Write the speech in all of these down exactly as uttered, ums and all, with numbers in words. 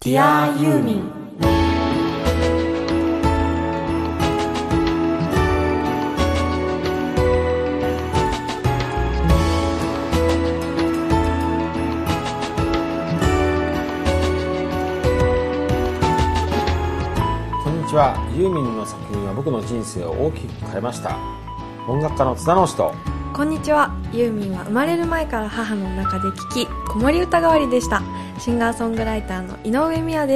Dear ユーミン。 こんにちは。ユーミンの作品は僕の人生を大きく変えました。音楽家の津田直人。 こんにちは。ユーミンは生まれる前から母の中で聴き、子守歌代わりでした。シンガーソングライターの井上美也です。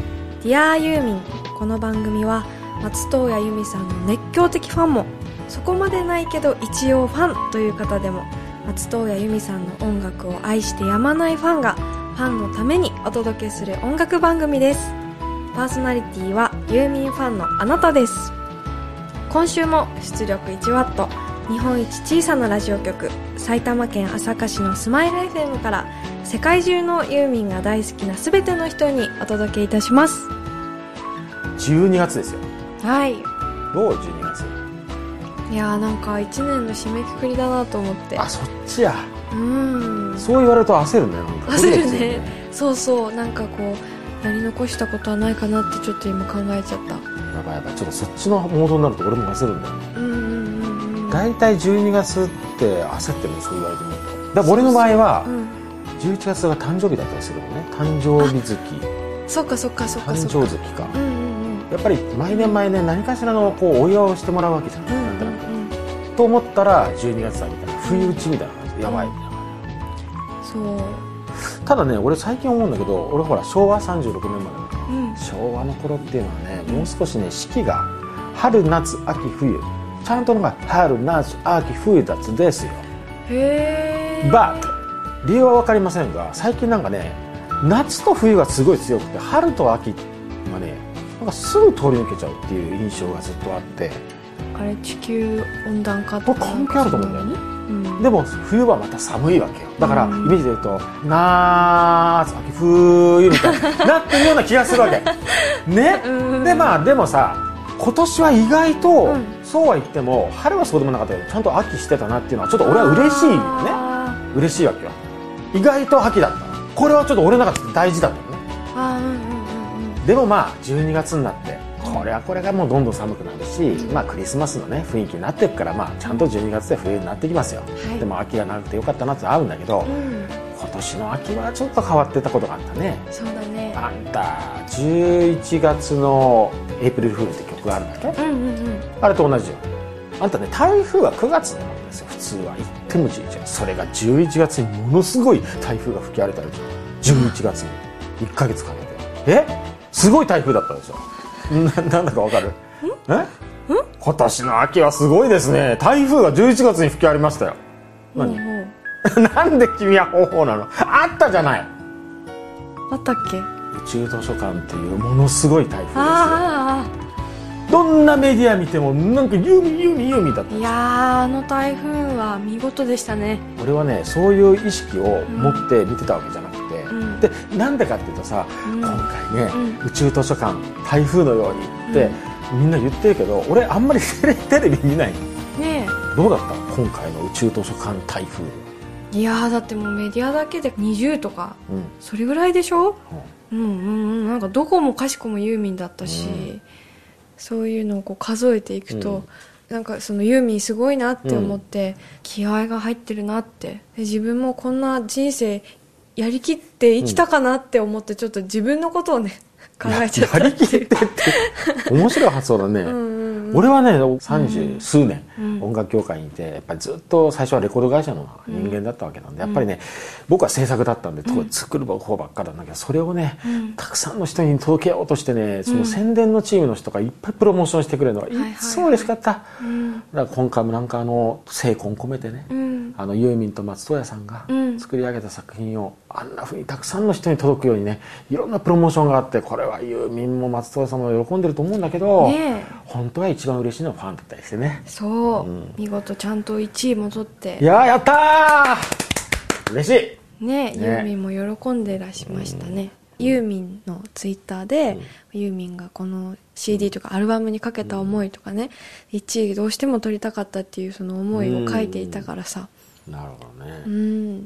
Dear ユーミン。この番組は松任谷由実さんの熱狂的ファンも、そこまでないけど一応ファンという方でも、松任谷由実さんの音楽を愛してやまないファンがファンのためにお届けする音楽番組です。パーソナリティはユーミンファンのあなたです。今週も出力いちワット、日本一小さなラジオ局、埼玉県朝霞市のスマイル エフエム から世界中のユーミンが大好きなすべての人にお届けいたします。 じゅうにがつですよ。 はい。 どうじゅうにがつ。 いやー、なんかいちねんの締めくくりだなと思って。 あ、そっちや。 うーん。 そう言われると焦るね。なんか焦るね。そうそう。なんかこうやり残したことはないかなってちょっと今考えちゃった。 やばいやばい。ちょっとそっちのモードになると俺も焦るんだよ。 うんうんうんうん。 だいたいじゅうにがつって焦ってるね、そう言われてみると。だから俺の場合は、そうそう、うん、じゅういちがつが誕生日だったりするのね。誕生日月。 そっかそっかそっかそっか。 誕生月か。 うんうんうん。 やっぱり毎年毎年何かしらのこうお祝いをしてもらうわけじゃない、うんうんうん、なんとなくと思ったらじゅうにがつだみたいな、不意打ちみたいな感じで、やばいみたいな、 そう。 ただね、俺最近思うんだけど、俺ほらしょうわさんじゅうろくねんまで、うん、昭和の頃っていうのはね、もう少しね、四季が春夏秋冬ちゃんとのが春夏秋冬だつですよ。 へー。 バット理由は分かりませんが、最近なんかね、夏と冬がすごい強くて、春と秋がね、なんかすぐ通り抜けちゃうっていう印象がずっとあって、 あれ地球温暖化とか関係あると思うんだよね、うん、でも冬はまた寒いわけよ。だからイメージで言うと、夏秋冬みたいになってるような気がするわけね。でまあでもさ、今年は意外と、うん、そうは言っても春はそうでもなかったけどちゃんと秋してたなっていうのはちょっと俺は嬉しいよね。嬉しいわけよ。意外と秋だったな。これはちょっと俺の中で大事だったよね。あ、うんうんうんうん、でもまあじゅうにがつになってこれはこれがもうどんどん寒くなるし、うん、まあクリスマスのね雰囲気になっていくから、まあちゃんとじゅうにがつで冬になってきますよ、はい、でも秋がなくてよかったなってあるんだけど、うん、今年の秋はちょっと変わってたことがあったね。 そうだね。 あんたじゅういちがつのエイプリルフールって曲があるんだっけ、うんうんうん、あれと同じよ。あんたね、台風はくがつのものですよ普通は。言ってもじゅういちがつ、それがじゅういちがつにものすごい台風が吹き荒れたりじゅういちがつにいっかげつかけて、えすごい台風だったでしょ。な, なんだかわかる？え今年の秋はすごいですね。台風がじゅういちがつに吹き荒れましたよ。何？なんで君は方法なの？あったじゃない。 あったっけ？ 宇宙図書館っていうものすごい台風ですよ。 ああ、 どんなメディア見てもなんかユーミンユーミンユーミンだった。 いやー、あの台風は見事でしたね。 俺はね、そういう意識を持って見てたわけじゃなくて、うん、でなんでかっていうとさ、うん、今回ね、うん、宇宙図書館台風のようにって、うん、みんな言ってるけど、俺あんまりテレビ見ない。ねえ、どうだった今回の宇宙図書館台風。 いやー、だってもうメディアだけでにじゅうとか、うん、それぐらいでしょ、うん、うんうんうん、なんかどこもかしこもユーミンだったし、うん、そういうのをこう数えていくと、うん、なんかそのユーミンすごいなって思って、うん、気合が入ってるなって、で自分もこんな人生やりきって生きたかなって思って、ちょっと自分のことをね考えちゃったっていう。やりきってって面白い発想だね。うんうんうん、俺はね三十数年、うん、音楽業界にいて、やっぱりずっと最初はレコード会社の人間だったわけなんで、うん、やっぱりね、僕は制作だったんで、うん、作る方ばっかなんだけど、それをね、うん、たくさんの人に届けようとしてね、その宣伝のチームの人がいっぱいプロモーションしてくれるのがいつも嬉しかった、はいはいはい、だから今回もなんかあの精魂込めてね、うん、あのユーミンと松任谷さんが作り上げた作品をあんな風にたくさんの人に届くようにね、いろんなプロモーションがあって、これはユーミンも松任谷さんも喜んでると思うんだけど、ね、本当は一番嬉しいのはファンだったりしてね。 そう、うん、見事ちゃんといちいも取って、 いやーやったー嬉しいね。ユーミンも喜んでらしましたね、うん、ユーミンのツイッターで、うん、ユーミンがこの シーディー とかアルバムにかけた思いとかね、いちいどうしても取りたかったっていうその思いを書いていたからさ、 うん、なるほどね、 うん、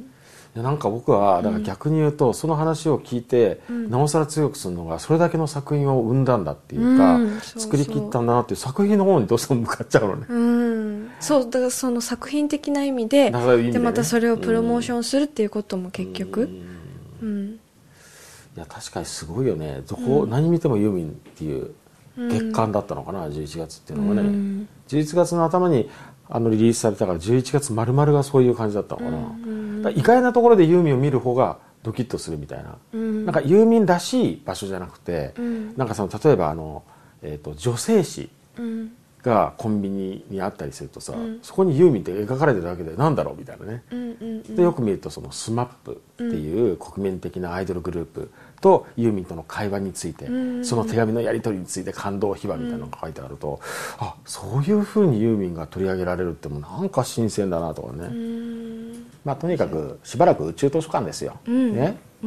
やなんか僕はだから逆に言うと、うん、その話を聞いて、うん、なおさら強くするのがそれだけの作品を生んだんだっていうか、うん、そうそう、作り切ったんだなっていう作品の方にどうしても向かっちゃうのね、 うん、そうだからその作品的な意味 で, 意味で、ね、でまたそれをプロモーションするっていうことも結局、うんうん、いや確かにすごいよね。どこ、うん、何見てもユーミンっていう月間だったのかな、うん、じゅういちがつっていうのがね、うん、じゅういちがつの頭にあのリリースされたからじゅういちがつ丸々がそういう感じだったのかな、うん、だから意外なところでユーミンを見る方がドキッとするみたいな、うん、なんかユーミンらしい場所じゃなくて、うん、なんかその例えばあの、えーと、女性誌がコンビニにあったりするとさ、うん、そこにユーミンって描かれてるだけでなんだろうみたいなね、うんうんうん、でよく見るとそのスマップっていう国民的なアイドルグループとユーミンとの会話について、うん、その手紙のやり取りについて感動秘話みたいなのが書いてあると、うん、あそういうふうにユーミンが取り上げられるってもうなんか新鮮だなとかね、うん、まあとにかくしばらく宇宙図書館ですよ、うん、ね、うん、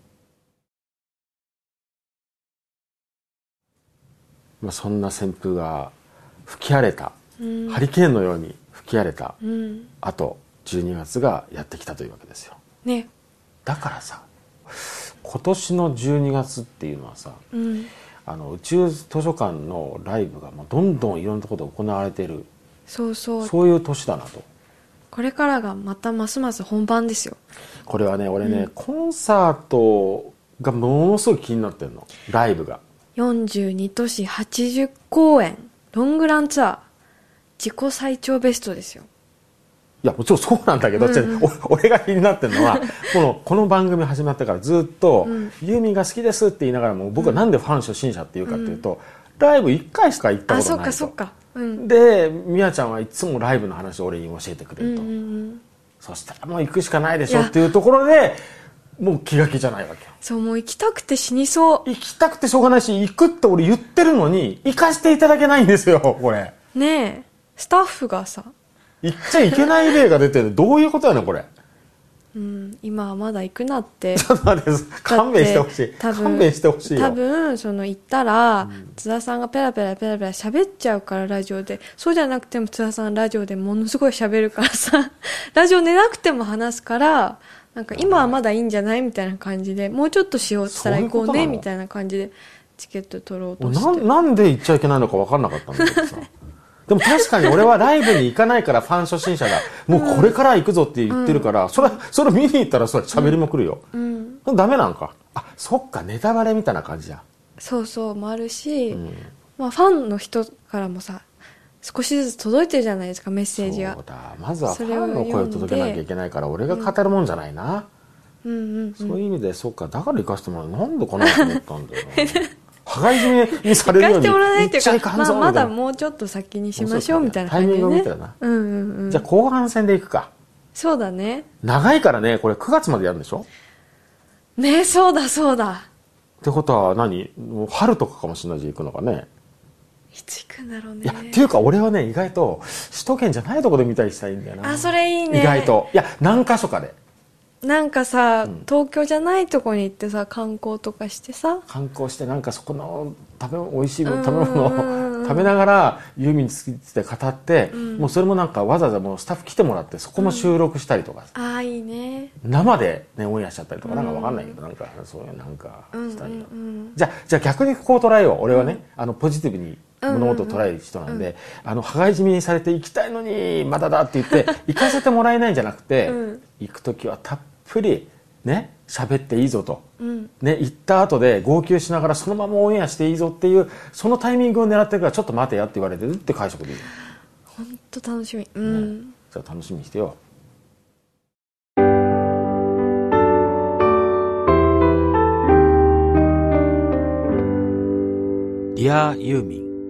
まあ、そんな旋風が吹き荒れた、うん、ハリケーンのように吹き荒れた、うん、あとじゅうにがつがやってきたというわけですよ、ね、だからさ今年のじゅうにがつっていうのはさ、うん、あの宇宙図書館のライブがもうどんどんいろんなところで行われている、そうそう、そういう年だなと。 これからがまたますます本番ですよ。 これはね俺ね、うん、コンサートがものすごい気になってるの、ライブがよんじゅうに都市はちじゅっこうえんロングランツアー自己最長ベストですよ。 いやもちろんそうなんだけど、うんうん、俺が気になってるのはこのこの番組始まってからずっと、うん、ユーミンが好きですって言いながらも僕はなんでファン初心者っていうかっていうと、うん、ライブいっかいしか行ったことないと。あ、そっかそっか、うん、でみやちゃんはいつもライブの話を俺に教えてくれると、うんうんうん、そしたらもう行くしかないでしょっていうところでもう気が気じゃないわけよ。 そうもう行きたくて死にそう。 行きたくてしょうがないし行くって俺言ってるのに行かせていただけないんですよこれ。 ねえスタッフがさ行っちゃいけない例が出てるどういうことやねんこれ。 うん、今はまだ行くなってちょっと待って勘弁してほしい。勘弁してほしいよ。 多分その行ったら、うん、津田さんがペラペラペラペラ喋っちゃうからラジオで。そうじゃなくても津田さんラジオでものすごい喋るからさラジオ寝なくても話すからなんか今はまだいいんじゃないみたいな感じでもうちょっとしようって言ったら行こうねみたいな感じでチケット取ろうとしてな, なんで行っちゃいけないのか分かんなかったんだけどさでも確かに俺はライブに行かないからファン初心者がもうこれから行くぞって言ってるから、うん、それそれ見に行ったらそれ喋りまくるよ、うんうん、ダメなんか。あそっかネタバレみたいな感じじゃん。 そうそうもあるし、うんまあ、ファンの人からもさ少しずつ届いてるじゃないですかメッセージが。 そうだまずはファンの声を届けなきゃいけないから俺が語るもんじゃないな、うんうんうんうん、そういう意味でそっかだから行かせてもらうなんでかなと思ったんだよな羽交い締めにされるように行っちゃいかんぞみたいな、まあ、まだもうちょっと先にしましょうみたいな感じで、ね、タイミングを見たよな、うんうんうん、じゃあ後半戦で行くか。 そうだね長いからねこれくがつまでやるんでしょね。そうだそうだってことは何もう春とかかもしれないし行くのかね。 いつ行くんだろうね。 いやっていうか俺はね意外と首都圏じゃないところで見たりしたいんだよな。 あそれいいね。 意外といや何か所かでなんかさ、うん、東京じゃないとこに行ってさ観光とかしてさ観光してなんかそこの食べ美味しい食べ物を食べながらユーミンについて語って、うん、もうそれもなんかわざわざもうスタッフ来てもらってそこも収録したりとか、 うん、ああいいね生で、ね、オンエアしちゃったりとかなんかわかんないけど、うん、なんかそういうなんかしたりとか、うんうんうん、じゃあじゃあ逆にこう捉えよう俺はね、うん、あのポジティブに物事を捉える人なんで、うんうんうん、あの羽交い締めにされて行きたいのにまだだって言って行かせてもらえないんじゃなくて、うん、行く時はたっぷりね喋っていいぞと、うんね、行った後で号泣しながらそのままオンエアしていいぞっていうそのタイミングを狙ってるからちょっと待てやって言われてるって解釈でいい。 本当楽しみ、うん、 ね、じゃあ楽しみにしてよ。Dear ユーミン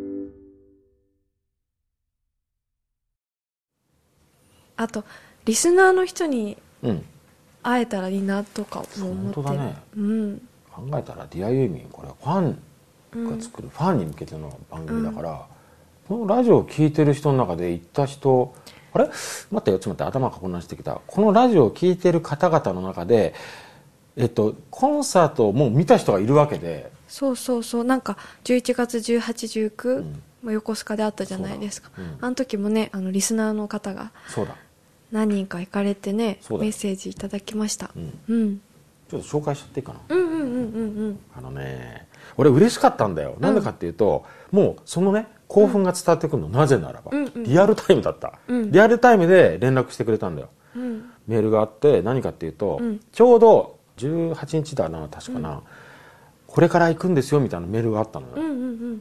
あとリスナーの人に会えたらいいなとかも思ってる。本当だね、うん、 考えたらディアユーミンこれはファンが作る、うん、ファンに向けての番組だから、うん、このラジオを聴いてる人の中で行った人あれ待ってよちょっと待って頭が混乱してきた。このラジオを聴いてる方々の中でえっとコンサートをもう見た人がいるわけで。 そうそうそうなんかじゅういちがつじゅうはち、じゅうく、うん、横須賀であったじゃないですか、うん、あの時もねあのリスナーの方がそうだ何人か行かれてねメそうだよッセージいただきました。 うん、 うん、 ちょっと紹介しちゃっていいかな。 うんうんうんうんうんあのね俺嬉しかったんだよ。なんでかっていうと、もうそのね興奮が伝わってくるの、なぜならば、 うんうんリアルタイムだった、 うんリアルタイムで連絡してくれたんだよ。 うんメールがあって何かっていうと、 うんちょうどじゅうはちにちだな確かな、うん、これから行くんですよみたいなメールがあったのよ、 うんうんうん、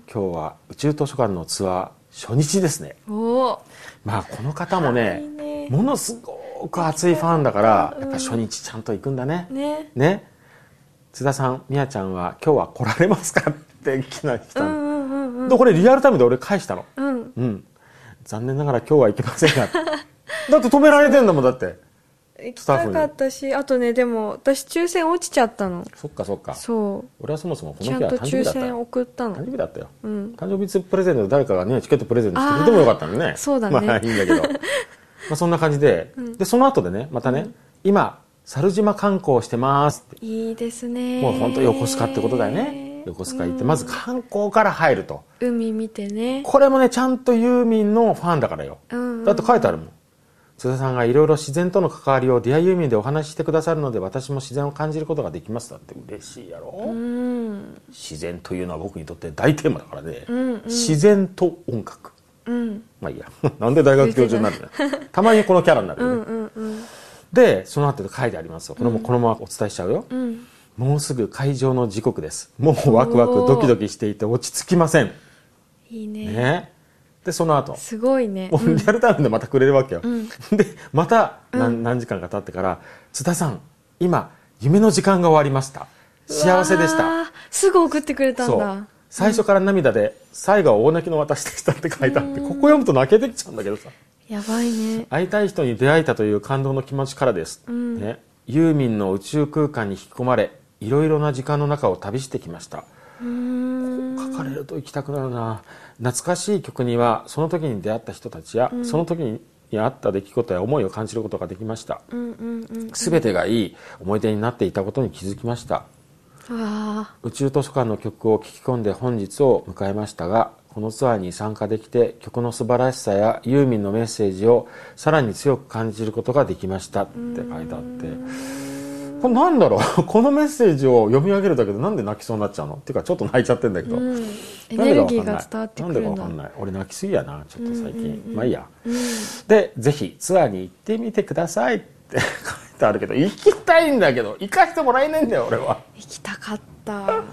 今日は宇宙図書館のツアー初日ですね。 おまあこの方もね、 いいね、 ものすごく熱いファンだから、やっぱ初日ちゃんと行くんだね。 ねね。津田さん、みやちゃんは今日は来られますかって来たの、 うんうんうんうん、 でこれリアルタイムで俺返したの。 うん、 うん、残念ながら今日は行けませんがだって止められてんだもん。だって行きたかったし、あとねでも私抽選落ちちゃったの。 そっかそっか。 そう俺はそもそもこの日はちゃんと抽誕生日だったよ。 選送ったの。 誕生日だったよ、 うん、 誕生日プレゼントで誰かがねチケットプレゼントしてくれてもよかったのね。 そうだね、 まあいいんだけどまあそんな感じで、うん、でその後でねまたね、うん、今猿島観光してますって。 いいですね。 もう本当横須賀ってことだよね。横須賀行ってまず観光から入ると、 うん、海見てね。 これもねちゃんとユーミンのファンだからよ、うんうん、だって書いてあるもん。津田さんがいろいろ自然との関わりをディアユーミンでお話ししてくださるので私も自然を感じることができますだって。嬉しいやろ、うん、自然というのは僕にとって大テーマだからね、うんうん、自然と音楽、うん、まあいいやなんで大学教授になるんだよたまにこのキャラになるよね、うんうんうん、でその後で書いてありますよ。これもこのままお伝えしちゃうよ、うん、もうすぐ会場の時刻です。もうワクワクドキドキしていて落ち着きません。 いい ね, ねでその後すごいね、 もうリアルタイムでまたくれるわけよ、うん、でまた何,、うん、何時間か経ってから津田さん今夢の時間が終わりました、幸せでした。 すぐ送ってくれたんだ。 そう最初から涙で、うん、最後は大泣きの私でしたって書いてあって、ここ読むと泣けてきちゃうんだけどさ。 やばいね。 会いたい人に出会えたという感動の気持ちからです、うんね、ユーミンの宇宙空間に引き込まれいろいろな時間の中を旅してきました。うーん書かれると行きたくなるな。懐かしい曲にはその時に出会った人たちや、うん、その時にあった出来事や思いを感じることができました。すべてがいい思い出になっていたことに気づきました。あ宇宙図書館の曲を聴き込んで本日を迎えましたが、このツアーに参加できて曲の素晴らしさやユーミンのメッセージをさらに強く感じることができましたって書いてあって、これなんだろうこのメッセージを読み上げるだけでなんで泣きそうになっちゃうのっていうかちょっと泣いちゃってんだけど、うん、 エネルギーが伝わってくるんだ。 なんでかわかんない。俺泣きすぎやなちょっと最近、うんうんうん、まあいいや、うん、でぜひツアーに行ってみてくださいって書いてあるけど、行きたいんだけど行かしてもらえないんだよ俺は。 行きたかった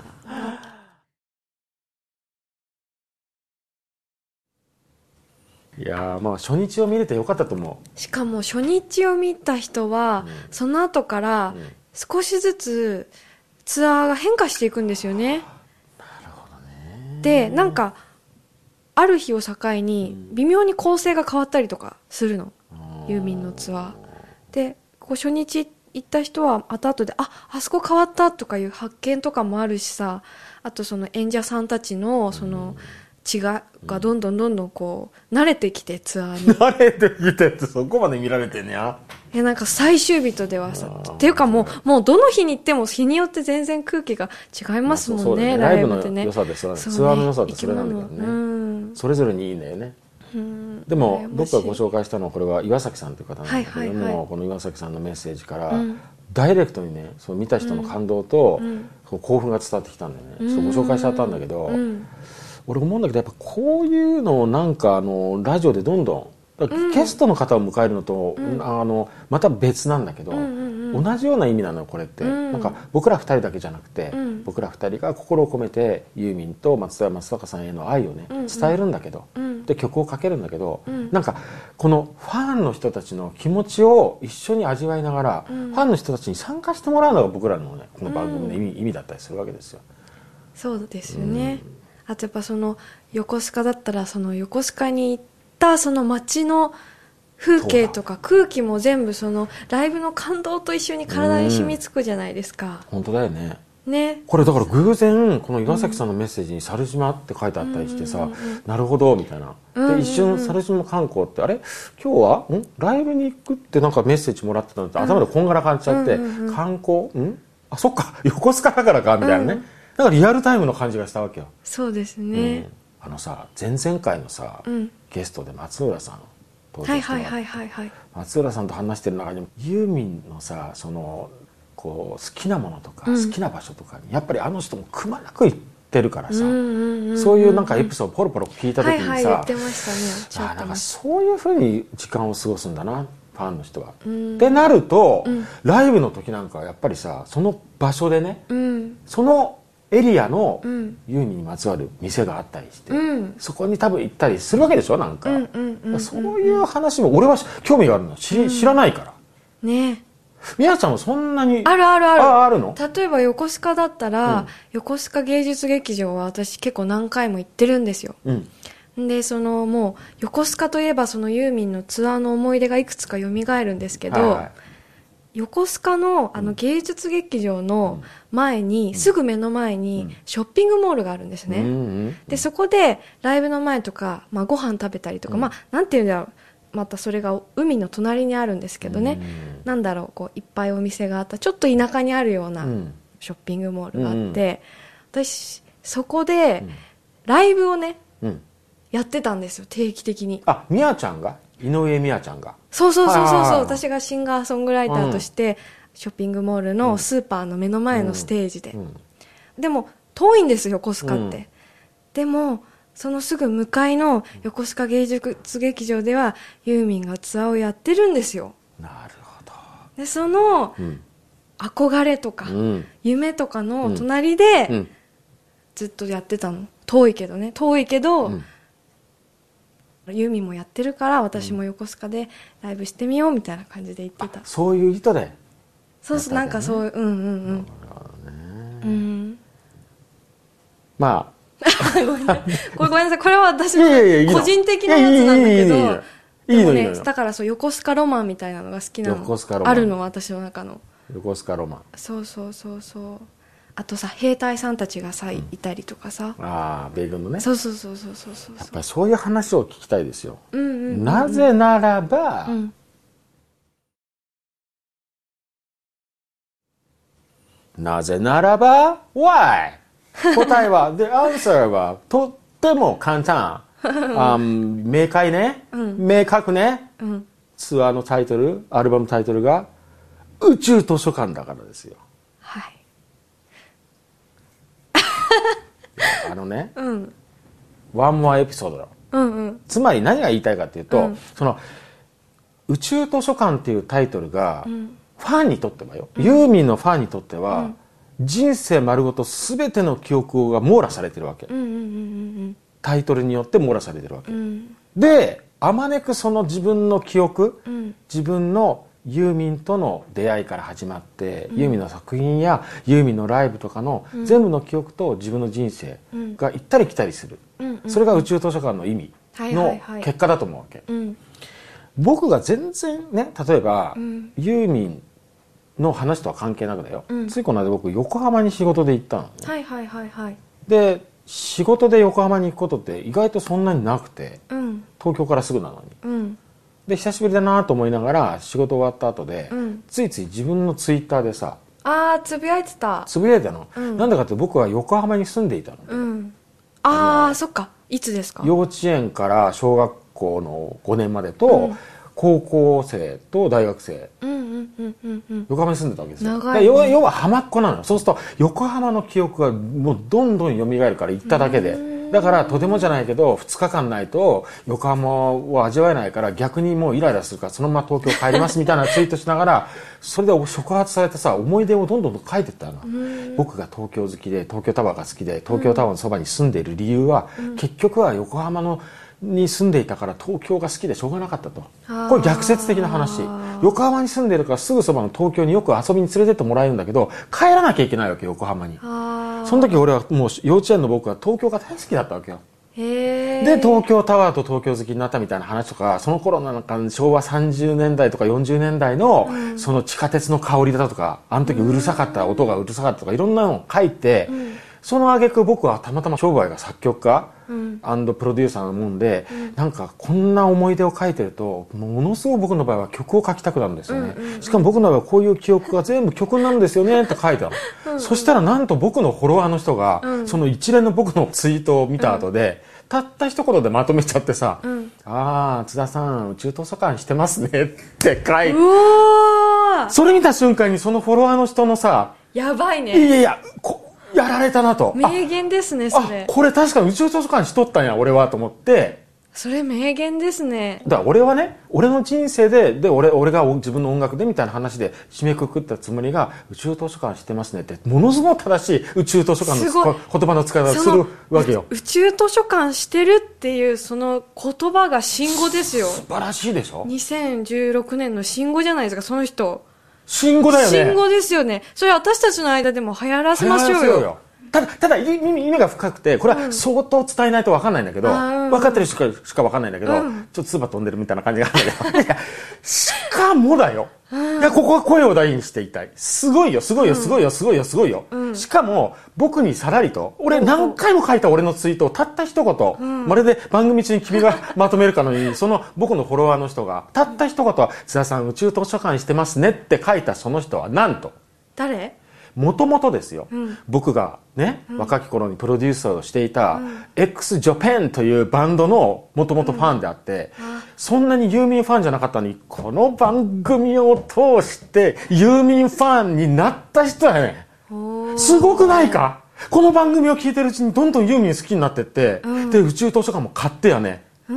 いやまあ初日を見れてよかったと思う。しかも初日を見た人は、うん、その後から少しずつツアーが変化していくんですよね。なるほどね。 でなんかある日を境に微妙に構成が変わったりとかするの、うん、ユーミンのツアーで、こう初日行った人は後々でああそこ変わったとかいう発見とかもあるしさ、あとその演者さんたちのその、うん血がどんどんどんどんこう慣れてきてツアーに慣れてきてってそこまで見られてんねや。 えなんか最終日とではさっていうかもうもうどの日に行っても日によって全然空気が違いますもんね、 まあ、ライブの良さですよね。ツアーの良さってそれなんだけどね、うん、それぞれにいいんだよね。うんでも僕がご紹介したのはこれは岩崎さんという方なんだけども、はいはいはい、この岩崎さんのメッセージから、うん、ダイレクトにねその見た人の感動と、うん、興奮が伝わってきたんでね、うん、そうご紹介しちゃったんだけど、うん俺思うんだけどやっぱこういうのをなんかあのラジオでどんどん、うん、ゲストの方を迎えるのと、うん、あのまた別なんだけど、うんうんうん、同じような意味なのよこれって、うん、なんか僕らふたりだけじゃなくて、うん、僕らふたりが心を込めてユーミンと松田松坂さんへの愛をね、うんうん、伝えるんだけど、うん、で曲をかけるんだけど、うん、なんかこのファンの人たちの気持ちを一緒に味わいながら、うん、ファンの人たちに参加してもらうのが僕らのねこの番組の意味、うん、意味だったりするわけですよ。 そうですよね、うんあとやっぱその横須賀だったらその横須賀に行ったその街の風景とか空気も全部そのライブの感動と一緒に体に染みつくじゃないですか。 本当だよね。 ねこれだから偶然この岩崎さんのメッセージに猿島って書いてあったりしてさ、うんうんうんうん、なるほどみたいなで一瞬猿島観光ってあれ今日はんライブに行くってなんかメッセージもらってたのって頭でこんがらかんちゃって、うんうんうん、観光んあそっか横須賀だからかみたいなね、うんだからリアルタイムの感じがしたわけよ。 そうですね、 うん、あのさ前々回のさ、うん、ゲストで松浦さん登場してもらって、 はいはいはいはいはい、 松浦さんと話してる中にもユーミンのさそのこう好きなものとか、 うん、 好きな場所とかにやっぱりあの人もくまなく行ってるからさ、 うんうんうんうん、 そういうなんかエピソードポロポロ聞いた時にさ、 はいはい言ってましたね、 あなんかそういうふうに時間を過ごすんだなファンの人は、 うん、 ってなると、 うん、 ライブの時なんかはやっぱりさその場所でね、 うん、 そのエリアのうん、 ユーミンにまつわる店があったりして、 うん、 そこに多分行ったりするわけでしょなんか、 うんうんうんうん、 そういう話も俺は興味があるの 知,、うん、知らないからね。 みやちゃんもそんなにあるあるある、 ああるの？ 例えば横須賀だったら、うん、横須賀芸術劇場は私結構何回も行ってるんですよ、うん、でそのもう横須賀といえばそのユーミンのツアーの思い出がいくつか蘇るんですけど、はいはい、横須賀 の, あの芸術劇場の前に、うん、すぐ目の前にショッピングモールがあるんですね、うんうんうん、でそこでライブの前とか、まあ、ご飯食べたりとか、うん、まあなんていうんだろう、またそれが海の隣にあるんですけどね、うん、なんだろう、こういっぱいお店があったちょっと田舎にあるようなショッピングモールがあって、うん、私そこでライブをね、うん、やってたんですよ定期的に。 あ、みやちゃんが井上みやちゃんがそうそうそうそうそう、私がシンガーソングライターとして、うん、ショッピングモールのスーパーの目の前のステージで、うんうん、でも遠いんですよ横須賀って、うん、でもそのすぐ向かいの横須賀芸術劇場ではユーミンがツアーをやってるんですよ。 なるほど。 でその憧れとか夢とかの隣でずっとやってたの。遠いけどね、遠いけど、うん、ユーミンもやってるから私も横須賀でライブしてみようみたいな感じで言ってた。 そういう意図で、 そうそう、なんかそう、うんうんうん、なるほどね、うん、まあごめんなさい、これごめんなさい、これは私の個人的なやつなんだけど、でもね、だからそう横須賀ロマンみたいなのが好きなのあるの、私の中の横須賀ロマン。 そうそうそうそう。あとさ兵隊さんたちがさ、うん、いたりとかさ、 ああ米軍のね、 そうそうそうそうそうそう、 やっぱりそういう話を聞きたいですよ、 うんうんうんうん、 なぜならば、うん、なぜならば Why 答えは The answer はとっても簡単あ明快ね、うん、明確ね、うん、ツアーのタイトル、アルバムタイトルが宇宙図書館だからですよ。 はいあのね、 うん、 ワンモアエピソードだ、うんうん、つまり何が言いたいかっていうと、うん、その宇宙図書館っていうタイトルが、うん、ファンにとってはよ、うん、ユーミンのファンにとっては、うん、人生丸ごと全ての記憶が網羅されてるわけ、うんうんうんうん、タイトルによって網羅されてるわけ、うん、であまねくその自分の記憶、うん、自分のユーミンとの出会いから始まって、うん、ユーミンの作品やユーミンのライブとかの全部の記憶と自分の人生が行ったり来たりする、うん、それが宇宙図書館の意味の結果だと思うわけ、はいはいはい、僕が全然ね、例えば、うん、ユーミンの話とは関係なくだよ、うん、ついこの間僕横浜に仕事で行ったのね、 はいはいはいはい、 で仕事で横浜に行くことって意外とそんなになくて、うん、東京からすぐなのに、うん、で久しぶりだなと思いながら仕事終わった後で、うん、ついつい自分のツイッターでさ、 あーつぶやいてたつぶやいたの、うん、なんでかって僕は横浜に住んでいたの、 うん、ああそっか、いつですか？ 幼稚園から小学校のごねんまでと、うん、高校生と大学生、うんうんうんうんうん、横浜に住んでたわけですよ。長いね、要は、要は浜っ子なのよ。そうすると横浜の記憶がもうどんどん蘇るから行っただけで、だからとてもじゃないけどふつかかんないと横浜を味わえないから逆にもうイライラするからそのまま東京帰りますみたいなツイートしながらそれで触発されてさ、思い出をどんどん書いてったの。僕が東京好きで東京タワーが好きで東京タワーのそばに住んでいる理由は、うん、結局は横浜のに住んでいたから東京が好きでしょうがなかったと。これ逆説的な話。横浜に住んでいるからすぐそばの東京によく遊びに連れてってもらえるんだけど帰らなきゃいけないわけ横浜に。その時俺はもう幼稚園の僕は東京が大好きだったわけよ。へー。で東京タワーと東京好きになったみたいな話とか、その頃なんか昭和さんじゅうねんだいとかよんじゅうねんだいの、うん、その地下鉄の香りだとかあの時うるさかった、うん、音がうるさかったとかいろんなのを書いて、うん、その挙句僕はたまたま商売が作曲家、うん、プロデューサーのもんで、うん、なんかこんな思い出を書いてるとものすごく僕の場合は曲を書きたくなるんですよね、うんうんうん、しかも僕の場合はこういう記憶が全部曲なんですよねって書いてあるうん、うん、そしたらなんと僕のフォロワーの人が、うん、その一連の僕のツイートを見た後で、うん、たった一言でまとめちゃってさ、うん、 ああ津田さん宇宙図書館してますねって書いて、 うおそれ見た瞬間にそのフォロワーの人のさ、 やばいね、 いやいやこやられたなと、 名言ですねそれ。 あこれ確かに宇宙図書館しとったんや俺はと思って、 それ名言ですね。 だから俺はね俺の人生でで 俺, 俺が自分の音楽でみたいな話で締めくくったつもりが宇宙図書館してますねってものすごく正しい宇宙図書館の言葉の使い方をするわけよ。 宇宙図書館してるっていうその言葉が新語ですよ。 素晴らしいでしょ。 にせんじゅうろくねんの新語じゃないですかその人。 新語だよね。 新語ですよね。それ私たちの間でも流行らせましょうよ。よただただ意味が深くてこれは相当伝えないと分かんないんだけど、うん、分かってる人しかしか分かんないんだけど、うん、ちょっと唾飛んでるみたいな感じがあるんだけどしかもだよ、うん、いやここは声を大にしていたい。すごいよすごいよすごいよすごいよすごいよ、うん、しかも僕にさらりと俺何回も書いた俺のツイートをたった一言、うん、まるで番組中に君がまとめるかのようにその僕のフォロワーの人がたった一言「津田さん宇宙図書館してますね」って書いたその人はなんと誰？ もともとですよ、うん、僕がね、うん、若き頃にプロデューサーをしていた、うん、x ジャパンというバンドのもともとファンであって、うん、そんなにユーミンファンじゃなかったのにこの番組を通してユーミンファンになった人やね。すごくないか？この番組を聞いてるうちにどんどんユーミン好きになってって、うん、で宇宙図書館も買ってやね、うん、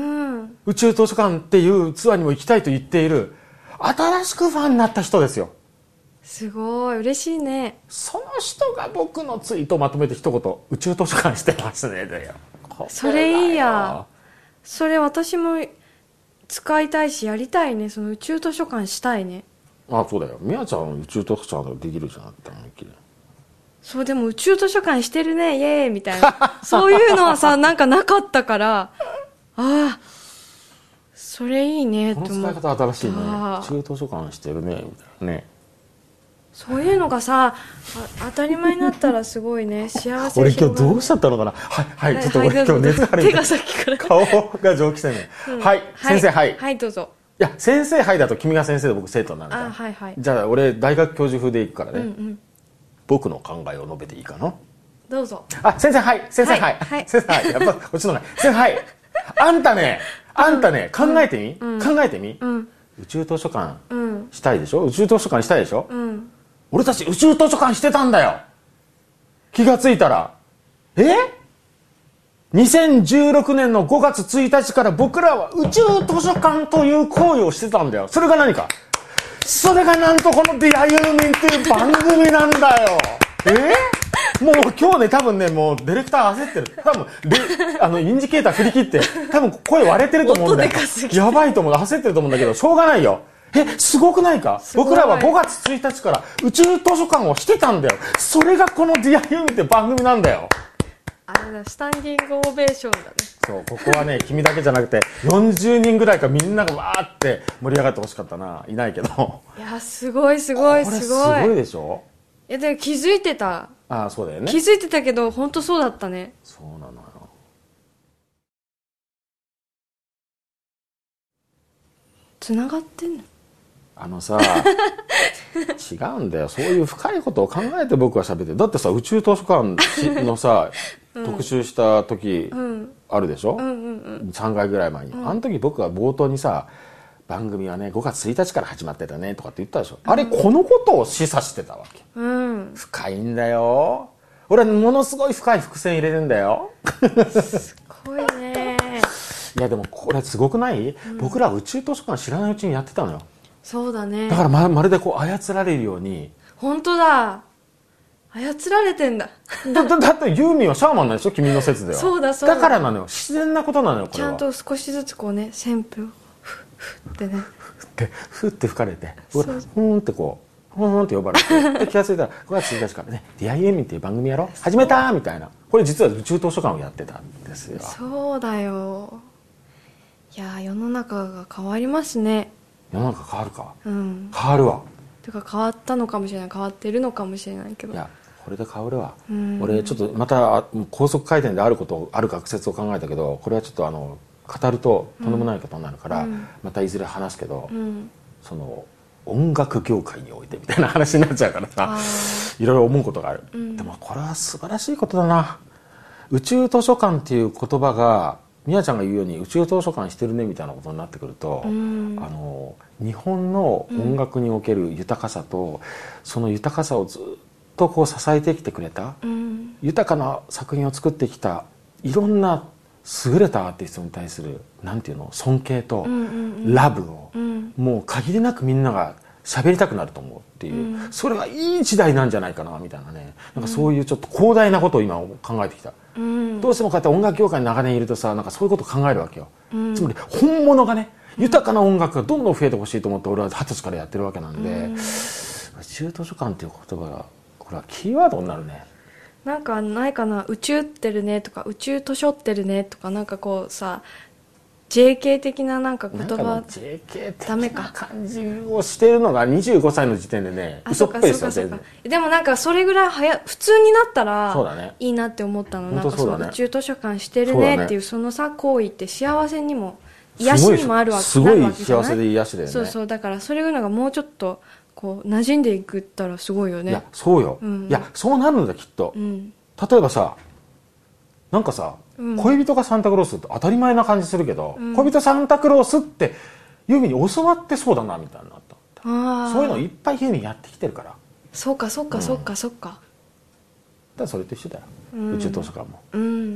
宇宙図書館っていうツアーにも行きたいと言っている新しくファンになった人ですよ。 すごい嬉しいね。 その人が僕のツイートをまとめて一言宇宙図書館してますねだよ。 それいいや。それ私も使いたいしやりたいね。その宇宙図書館したいね。 あそうだよ。みやちゃん宇宙図書館できるじゃんって思いっきり。 そうでも宇宙図書館してるねイエーイみたいなそういうのはさなんかなかったからああそれいいねって思った。 この使い方新しいね。宇宙図書館してるねみたいなね。 そういうのがさ当たり前になったらすごいね幸せ。 俺今日どうしちゃったのかな。はいはいちょっと俺今日熱が出て手がさっきから顔が蒸気してね、うん、はい先生はいはいどうぞ。 いや先生はいだと君が先生で僕生徒になるから、 あ、はいはい、 じゃあ俺大学教授風でいくからね、うんうん、僕の考えを述べていいかな。 どうぞ。 あ先生はい先生はい、はい、先生はいやっぱこっちの方が先生はいあんたねあんたね、うん、考えてみ、うん、考えてみ、うん、宇宙図書館したいでしょ、うん、宇宙図書館したいでしょ、うん、俺たち宇宙図書館してたんだよ。気がついたらえにせんじゅうろくねんのごがつついたちから僕らは宇宙図書館という行為をしてたんだよ。それが何か、それがなんとこのディアユーミンっていう番組なんだよ。えもう今日ね多分ねもうディレクター焦ってる。多分あのインジケーター振り切って多分声割れてると思うんだよ。やばいと思う焦ってると思うんだけどしょうがないよ。えすごくないか。僕らはごがつついたちから宇宙図書館をしてたんだよ。それがこのディアユーミンって番組なんだよ。 あれだスタンディングオベーションだね。 そうここはね君だけじゃなくてよんじゅうにんぐらいかみんながわーって盛り上がってほしかったな。いないけどいやすごいすごいすごい。これすごいでしょ。 いやでも気づいてた。 ああそうだよね。 気づいてたけど本当そうだったね。 そうなのよ。 つながってんの。 あのさ違うんだよ。そういう深いことを考えて僕は喋ってる。だってさ宇宙図書館のさ、うん、特集した時、うん、あるでしょ、うんうんうん、さんかいぐらい前に、うん、あの時僕が冒頭にさ番組はねごがつついたちから始まってたねとかって言ったでしょ、うん、あれこのことを示唆してたわけ、うん、深いんだよ。俺ものすごい深い伏線入れるんだよすごいね。 いやでもこれすごくない、うん、僕ら宇宙図書館知らないうちにやってたのよ。 そうだね。 だから ま, まるでこう操られるように。 本当だ操られてんだだ, だ, だってユーミンはシャーマンなんでしょ君の説では。 そうだそうだ。 だからなのよ自然なことなのよこれは。 ちゃんと少しずつこうね旋風をフッフッってねふってふって吹かれてふーんってこうふーんって呼ばれてで気がついたらごがつついたちからねディアユーミンっていう番組やろ始めたみたいな。これ実は宇宙図書館をやってたんですよ。 そうだよ。いや世の中が変わりますね。 世の中変わるか、うん、変わるわ。 てか変わったのかもしれない変わってるのかもしれないけど。 いやこれで変わるわ、うん、俺ちょっとまた高速回転であることある学説を考えたけどこれはちょっとあの語るととんでもないことになるから、うん、またいずれ話すけど、うん、その音楽業界においてみたいな話になっちゃうからさいろいろ思うことがある、うん、でもこれは素晴らしいことだな。宇宙図書館っていう言葉がみやちゃんが言うように宇宙図書館してるねみたいなことになってくると、うん、あの日本の音楽における豊かさと、うん、その豊かさをずっとこう支えてきてくれた、うん、豊かな作品を作ってきたいろんな優れたアーティストに対するなんていうの尊敬とラブを、うんうんうん、もう限りなくみんなが喋りたくなると思うっていう、うん、それがいい時代なんじゃないかなみたいなね、なんかそういうちょっと広大なことを今考えてきた、うん、どうしてもこうやって音楽業界に長年いるとさ、なんかそういうことを考えるわけよ、うん、つまり本物がね豊かな音楽がどんどん増えてほしいと思って俺は二十歳からやってるわけなんで、うん、宇宙図書館っていう言葉がこれはキーワードになるね。 なんかないかな、宇宙ってるねとか宇宙図書ってるねとか、なんかこうさ ジェーケー 的ななんか言葉、 なんか ジェーケー 的な感じをしているのがにじゅうごさいの時点でね、嘘っぺいですよ全然。 でもなんかそれぐらいはや普通になったらいいなって思ったの、ね、なんかそう、ね、宇宙図書館してるねっていうそのさ行為って幸せにも癒しにもあるわけ、 すごい幸せで癒しだよね。 そうそう、だからそれがもうちょっとこう馴染んでいくったらすごいよね。 いやそうよ、うん、いやそうなるんだきっと、うん、例えばさなんかさ、うん、恋人がサンタクロースって当たり前な感じするけど、うん、恋人サンタクロースってユーミンに教わってそうだなみたいになった。そういうのいっぱいユーミンやってきてるから。 そうかそうかそうかそうか、うん、だからそれと一緒だよ、うん、宇宙図書館も、 うん、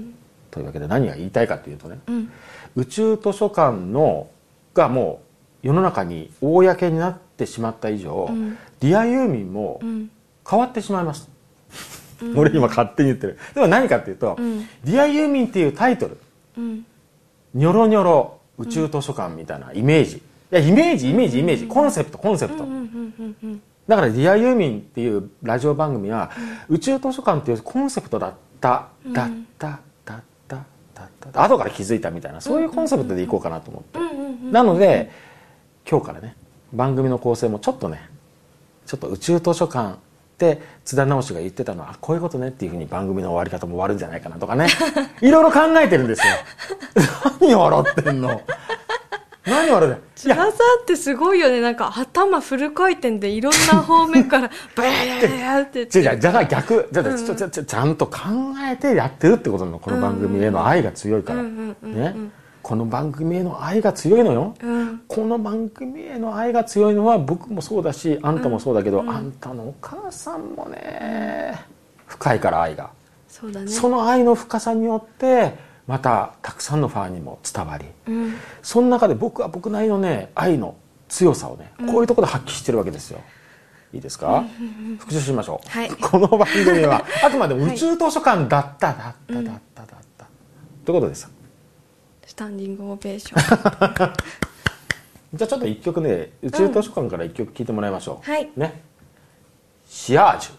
というわけで何が言いたいかというとね、うん、宇宙図書館のがもう世の中に公になってしまった以上、うん、ディアユーミンも変わってしまいます、うん、俺今勝手に言ってる。でも何かっていうと、うん、ディアユーミンっていうタイトル、うん、ニョロニョロ宇宙図書館みたいなイメージ、いやイメージイメージイメージ、コンセプトコンセプト、だからディアユーミンっていうラジオ番組は、うん、宇宙図書館っていうコンセプトだっただっただっただった後から気づいたみたいな、そういうコンセプトでいこうかなと思って、なので今日からね番組の構成もちょっとねちょっと宇宙図書館って津田直志が言ってたのはこういうことねっていうふうに番組の終わり方も終わるんじゃないかなとかねいろいろ考えてるんですよ何笑ってんの何笑ってんの。 津田さんってすごいよね、なんか頭フル回転でいろんな方面からバーッってってじゃあじゃあ逆じゃあ、うん、ち, ち, ち, ちゃんと考えてやってるってことなの、この番組への愛が強いからね。この番組への愛が強いのよ、うん、この番組への愛が強いのは僕もそうだしあんたもそうだけど、うん、あんたのお母さんもね、うん、深いから愛がそうだね、 その愛の深さによってまたたくさんのファンにも伝わり、うん、その中で僕は僕なりのね愛の強さをね、こういうところで発揮してるわけですよ。いいですか、うん、復習しましょう、はい、この番組はあくまで宇宙図書館だっただっただっただった、うん、ということです。 スタンディングオベーションじゃあちょっと一曲ね宇宙図書館から一曲聴いてもらいましょう、 うん、はいね、シアージュ。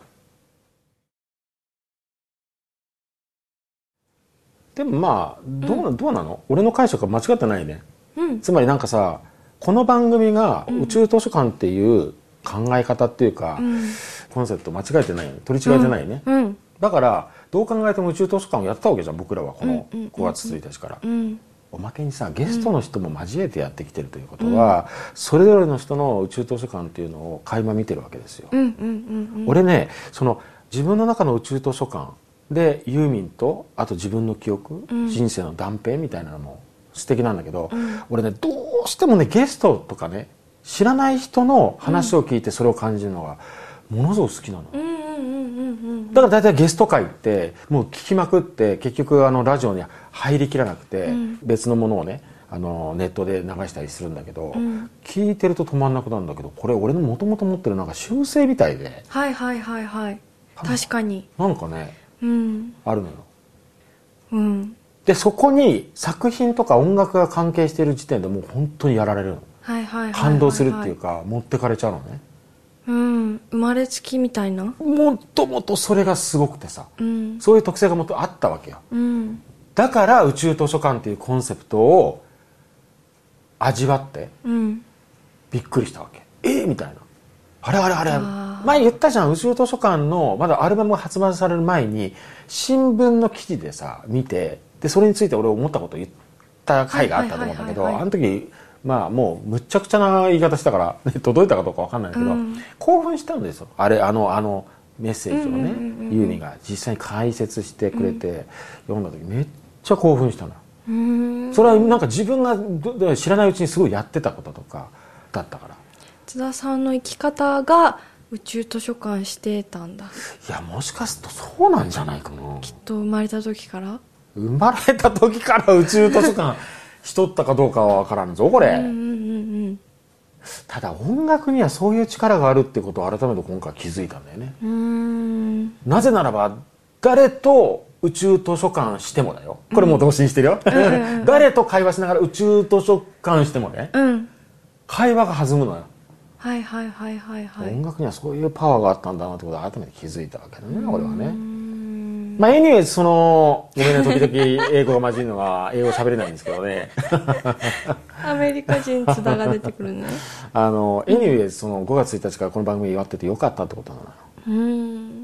でもまあどう、うん、どうなの、俺の解釈は間違ってないね、うん、つまりなんかさこの番組が宇宙図書館っていう考え方っていうか、うん、コンセプト間違えてないよね、取り違えてないね、うんうん、だからどう考えても宇宙図書館をやったわけじゃん僕らはこのごがつついたちから、うんうんうんうん、おまけにさゲストの人も交えてやってきてるということは、うん、それぞれの人の宇宙図書館っていうのを垣間見てるわけですよ、うんうんうんうん、俺ねその自分の中の宇宙図書館でユーミンとあと自分の記憶、うん、人生の断片みたいなのも素敵なんだけど、うん、俺ねどうしてもねゲストとかね知らない人の話を聞いてそれを感じるのがものすごく好きなの、うんだから大体ゲスト会ってもう聞きまくって結局あのラジオに入りきらなくて、うん、別のものをねあのネットで流したりするんだけど、うん、聞いてると止まんなくなるんだけど、これ俺のもともと持ってるなんか習性みたいで、 はいはいはいはい確かになんかね、うん、あるのよ、 うん、 でそこに作品とか音楽が関係している時点でもう本当にやられるの、 はいはいはいはいはい、 感動するっていうか持ってかれちゃうのね、 うん、生まれつきみたいな、 もっともっとそれがすごくてさ、うん、そういう特性がもっとあったわけよ、うん、だから宇宙図書館っていうコンセプトを味わって、うん、びっくりしたわけ。えー、みたいな、あれあれあれあ前言ったじゃん、宇宙図書館のまだアルバムが発売される前に新聞の記事でさ見て、でそれについて俺思ったことを言った回があったと思うんだけど、あの時まあもうむっちゃくちゃな言い方したから、ね、届いたかどうか分かんないけど、うん、興奮したんですよ、あれあのあのメッセージをね、ユーミンが実際に解説してくれて、うん、読んだ時めっちゃ興奮したの、 うーん、 それはなんか自分が知らないうちにすごいやってたこととかだったから。 津田さんの生き方が宇宙図書館してたんだ。 いや、もしかするとそうなんじゃないかな。 きっと生まれた時から。 生まれた時から宇宙図書館しとったかどうかは分からんぞこれ。 うんうんうんうん。 ただ音楽にはそういう力があるってことを改めて今回気づいたんだよね。 うーん、 なぜならば誰と宇宙図書館してもだよ、これもう同心してるよ、うん、誰と会話しながら宇宙図書館してもね、うん、会話が弾むのよ。 はいはいはいはいはい。 音楽にはそういうパワーがあったんだなってことを改めて気づいたわけだね、俺はね。まあ、エニウェイそのごめんね、時々英語が混じるのは英語喋れないんですけどねアメリカ人津田が出てくるねあのエニウェイそのごがつついたちからこの番組やっててよかったってことなのよ。うん、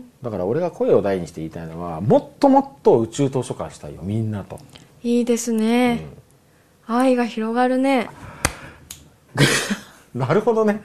だから俺が声を大にして言いたいのは、もっともっと宇宙図書館したいよ、みんなと。 いいですね、うん、愛が広がるねなるほどね、 うん、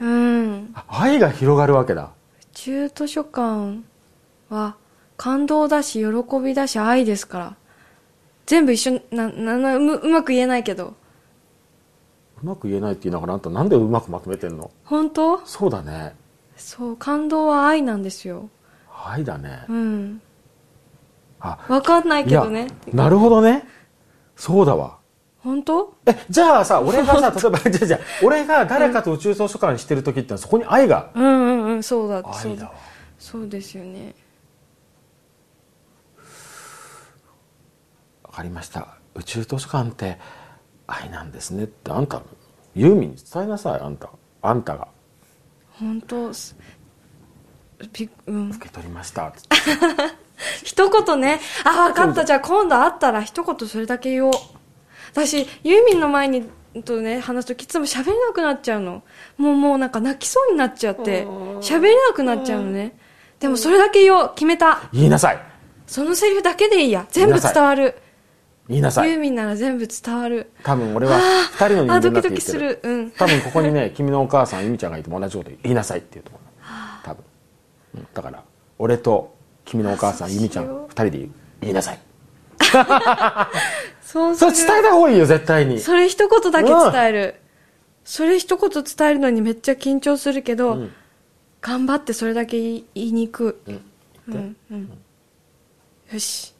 愛が広がるわけだ。 宇宙図書館は感動だし喜びだし愛ですから、全部一緒ななな う, うまく言えないけど。 うまく言えないって言いながらあんたなんでうまくまとめてんの。 本当？ そうだね。 そう、感動は愛なんですよ。 愛だね。 うん。あ、分かんないけどね。 なるほどね。そうだわ。 本当？ え、じゃあさ、俺がさ、例えばじゃあじゃあ俺が誰かと宇宙図書館にしてる時ってのはそこに愛が。 うんうんうん、そうだ。 愛だわ。 そうですよね。 わかりました。宇宙図書館って愛なんですねってあんたユーミンに伝えなさい。あんたあんたが本当、び、うん、 受け取りました一言ね。あ、分かった。じゃあ今度会ったら一言それだけ言おう。私ユーミンの前にとね話すといつも喋れなくなっちゃうの。もうもうなんか泣きそうになっちゃって喋れなくなっちゃうのね。でもそれだけ言おう。決めた。 言いなさい。 そのセリフだけでいいや。全部伝わる。 言いなさい。 ユーミンなら全部伝わる。 多分俺はふたりの人間になって言ってる。あ、ドキドキする。うん。多分ここにね、君のお母さん、ゆみちゃんがいても同じこと言いなさいって言うと思う。多分。うん、だから、俺と君のお母さん、ゆみちゃん、ふたりで言う。言いなさい。 そうする。 それ伝えた方がいいよ、絶対に。 それ一言だけ伝える。うん、それ一言伝えるのにめっちゃ緊張するけど、うん、頑張ってそれだけ言いに行く。うん。うんうん、よし。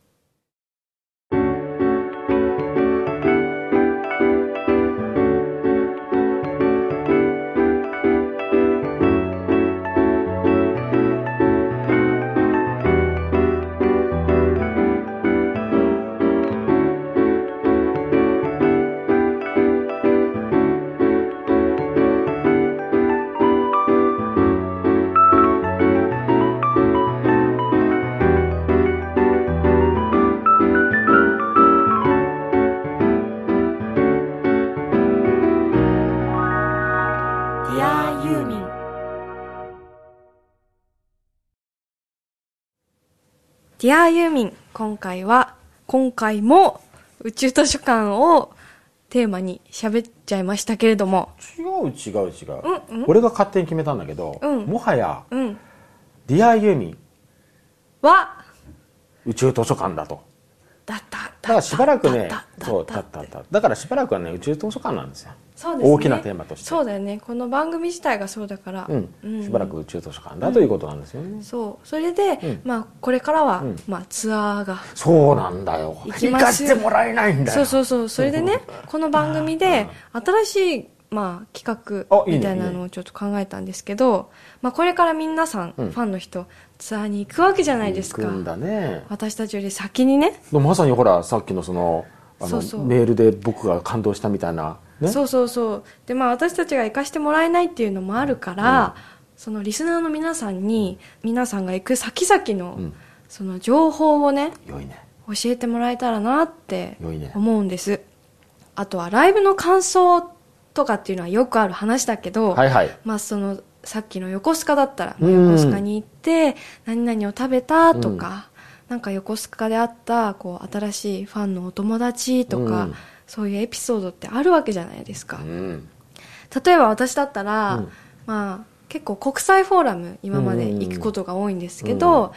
ディアユーミン、今回は、今回も宇宙図書館をテーマに喋っちゃいましたけれども。 違う違う違う。うんうん、俺が勝手に決めたんだけど、うん、もはや、うん、ディアユーミンは宇宙図書館だと。 だっただからしばらくね、そうだっただだからしばらくはね宇宙図書館なんですよ。そうですね、大きなテーマとして。 そうだよね。この番組自体がそうだから、 うんうん、しばらく宇宙図書館だということなんですよね。 うん、そう。それで、うん、まあこれからは、うん、まあツアーがそうなんだよ。行かせてもらえないんだよ。 そうそうそう。それでね、この番組で新しいまあ企画みたいなのをちょっと考えたんですけど、いいねいいね、まあこれから皆さん、うん、ファンの人ツアーに行くわけじゃないですか。 行くんだね。 私たちより先にね。 まさにほらさっきのその。あのそうそうメールで僕が感動したみたいな、 ね、そうそうそうで、まあ、私たちが行かしてもらえないっていうのもあるから、うん、そのリスナーの皆さんに皆さんが行く先々の、うん、その情報を ね, 良いね教えてもらえたらなって思うんです、ね、あとはライブの感想とかっていうのはよくある話だけど、 はいはい、 まあ、そのさっきの横須賀だったら、まあ、横須賀に行って何々を食べたとか、うんなんか横須賀であったこう新しいファンのお友達とか、うん、そういうエピソードってあるわけじゃないですか、うん、例えば私だったら、うんまあ、結構国際フォーラム今まで行くことが多いんですけど、うん、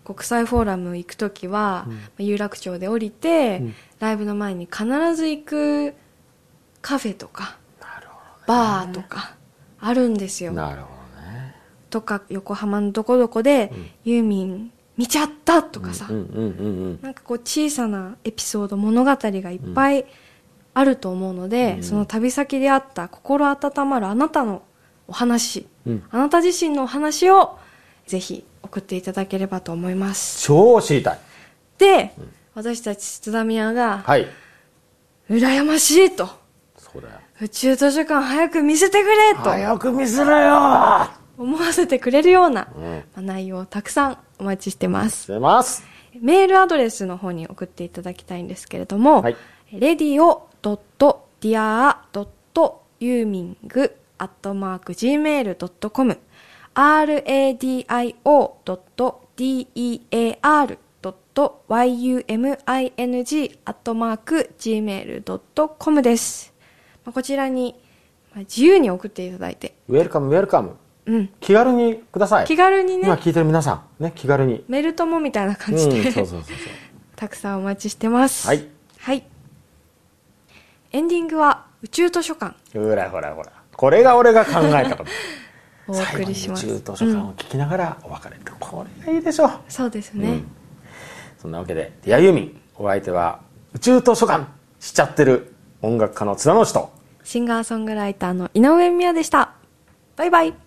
国際フォーラム行くときは、うん、有楽町で降りて、うん、ライブの前に必ず行くカフェとか、なるほどね、バーとかあるんですよ。 なるほどね。 とか横浜のどこどこで、うん、ユーミン見ちゃったとかさ、なんかこう小さなエピソード物語がいっぱいあると思うので、うん、その旅先であった心温まるあなたのお話、うん、あなた自身のお話をぜひ送っていただければと思います。 超知りたい。 で、うん、私たち津田宮が、 はい、 羨ましいと、 そうだよ、 宇宙図書館早く見せてくれと、 早く見せろよ思わせてくれるような、うんまあ、内容をたくさんお待ちしてます。 してます。 メールアドレスの方に送っていただきたいんですけれども、はい、レディオドットディアドットユーミングアットマークジーメールドットコム ラディオドットディアアールドットユーミングアットマークジーメールドットコムです。こちらに自由に送っていただいて、 ウェルカムウェルカム、 うん、 気軽にください。 気軽にね、 今聞いてる皆さんね、気軽にメルトモみたいな感じで、うん、そうそうそうそうたくさんお待ちしてます。 はい、 はい、エンディングは宇宙図書館。 ほらほらほら、これが俺が考えたことお送りします。 最後に宇宙図書館を聞きながらお別れって、うん、これがいいでしょう。 そうですね、うん、 そんなわけでディアユーミン、お相手は宇宙図書館しちゃってる音楽家の津田の人、 シンガーソングライターの井上美也でした。バイバイ。